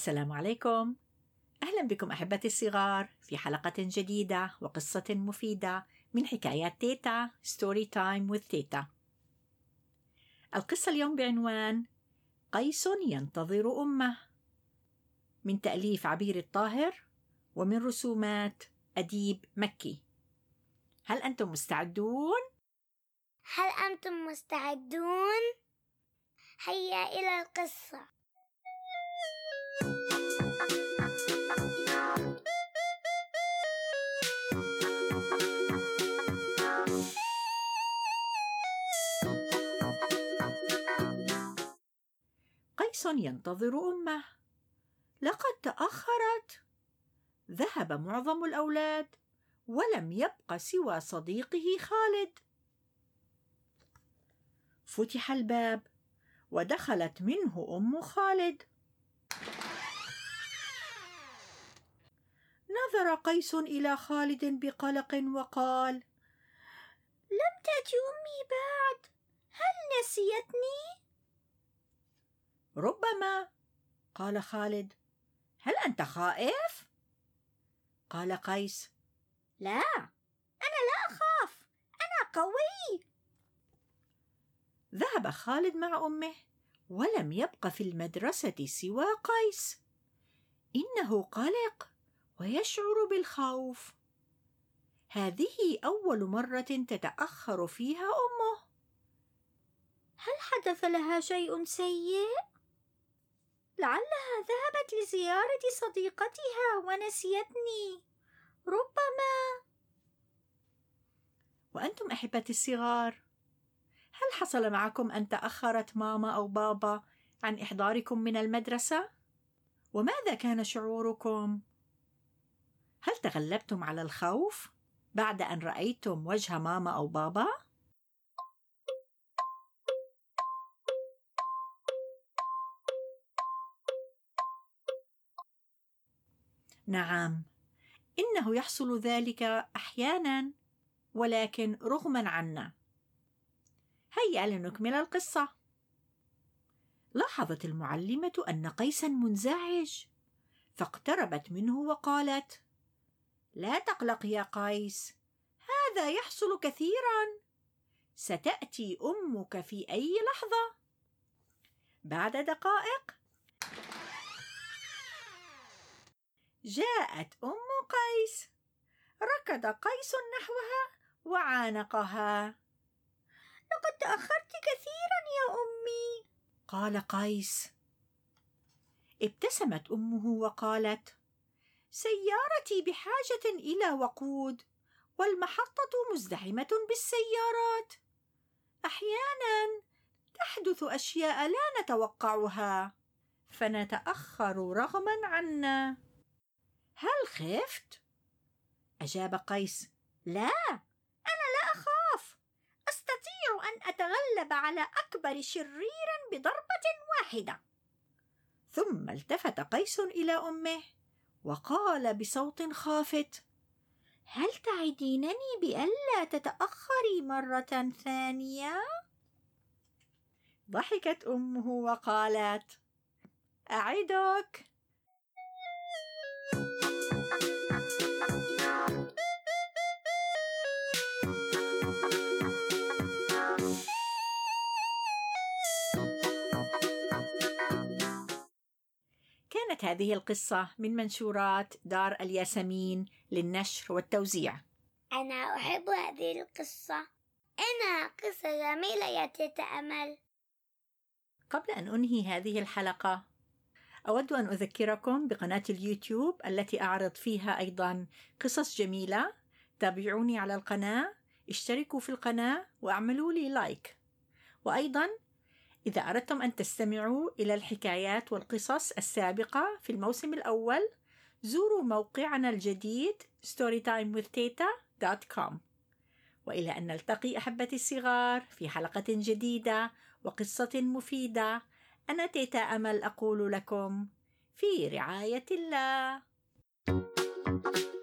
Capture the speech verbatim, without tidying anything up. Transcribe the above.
السلام عليكم. أهلا بكم أحبتي الصغار في حلقة جديدة وقصة مفيدة من حكايات تيتا ستوري تايم with تيتا. القصة اليوم بعنوان قيس ينتظر أمه، من تأليف عبير الطاهر ومن رسومات أديب مكي. هل أنتم مستعدون؟ هل أنتم مستعدون؟ هيا إلى القصة. قيس ينتظر أمه. لقد تأخرت. ذهب معظم الأولاد ولم يبق سوى صديقه خالد. فتح الباب ودخلت منه أم خالد. نظر قيس إلى خالد بقلق وقال: لم تأتي أمي بعد، هل نسيتني؟ ربما، قال خالد. هل أنت خائف؟ قال قيس: لا، أنا لا أخاف، أنا قوي. ذهب خالد مع أمه ولم يبق في المدرسة سوى قيس. إنه قلق ويشعر بالخوف. هذه أول مرة تتأخر فيها أمه. هل حدث لها شيء سيء؟ لعلها ذهبت لزيارة صديقتها ونسيتني، ربما. وأنتم أحبتي الصغار، هل حصل معكم أن تأخرت ماما أو بابا عن إحضاركم من المدرسة؟ وماذا كان شعوركم؟ هل تغلبتم على الخوف بعد أن رأيتم وجه ماما أو بابا؟ نعم، إنه يحصل ذلك أحيانا، ولكن رغما عنا. هيا لنكمل القصة. لاحظت المعلمة أن قيسا منزعج، فاقتربت منه وقالت: لا تقلق يا قيس، هذا يحصل كثيرا، ستأتي أمك في أي لحظة. بعد دقائق جاءت أم قيس. ركض قيس نحوها وعانقها. لقد تأخرت كثيرا يا أمي، قال قيس. ابتسمت أمه وقالت: سيارتي بحاجة إلى وقود، والمحطة مزدحمة بالسيارات. أحيانا تحدث أشياء لا نتوقعها، فنتأخر رغما عنا. هل خفت؟ أجاب قيس: لا، أنا لا أخاف، أستطيع أن أتغلب على أكبر شرير بضربة واحدة. ثم التفت قيس إلى أمه وقال بصوت خافت: هل تعدينني بألا تتأخري مرة ثانية؟ ضحكت أمه وقالت: أعدك. كانت هذه القصة من منشورات دار الياسمين للنشر والتوزيع. أنا أحب هذه القصة، إنها قصة جميلة يا تيتا أمل. قبل أن أنهي هذه الحلقة، أود أن أذكركم بقناة اليوتيوب التي أعرض فيها أيضا قصص جميلة. تابعوني على القناة، اشتركوا في القناة وأعملوا لي لايك. وأيضا إذا أردتم أن تستمعوا إلى الحكايات والقصص السابقة في الموسم الأول، زوروا موقعنا الجديد ستوري تايم with تيتا دوت كوم. وإلى أن نلتقي أحبتي الصغار في حلقة جديدة وقصة مفيدة، أنا تيتا أمل أقول لكم في رعاية الله.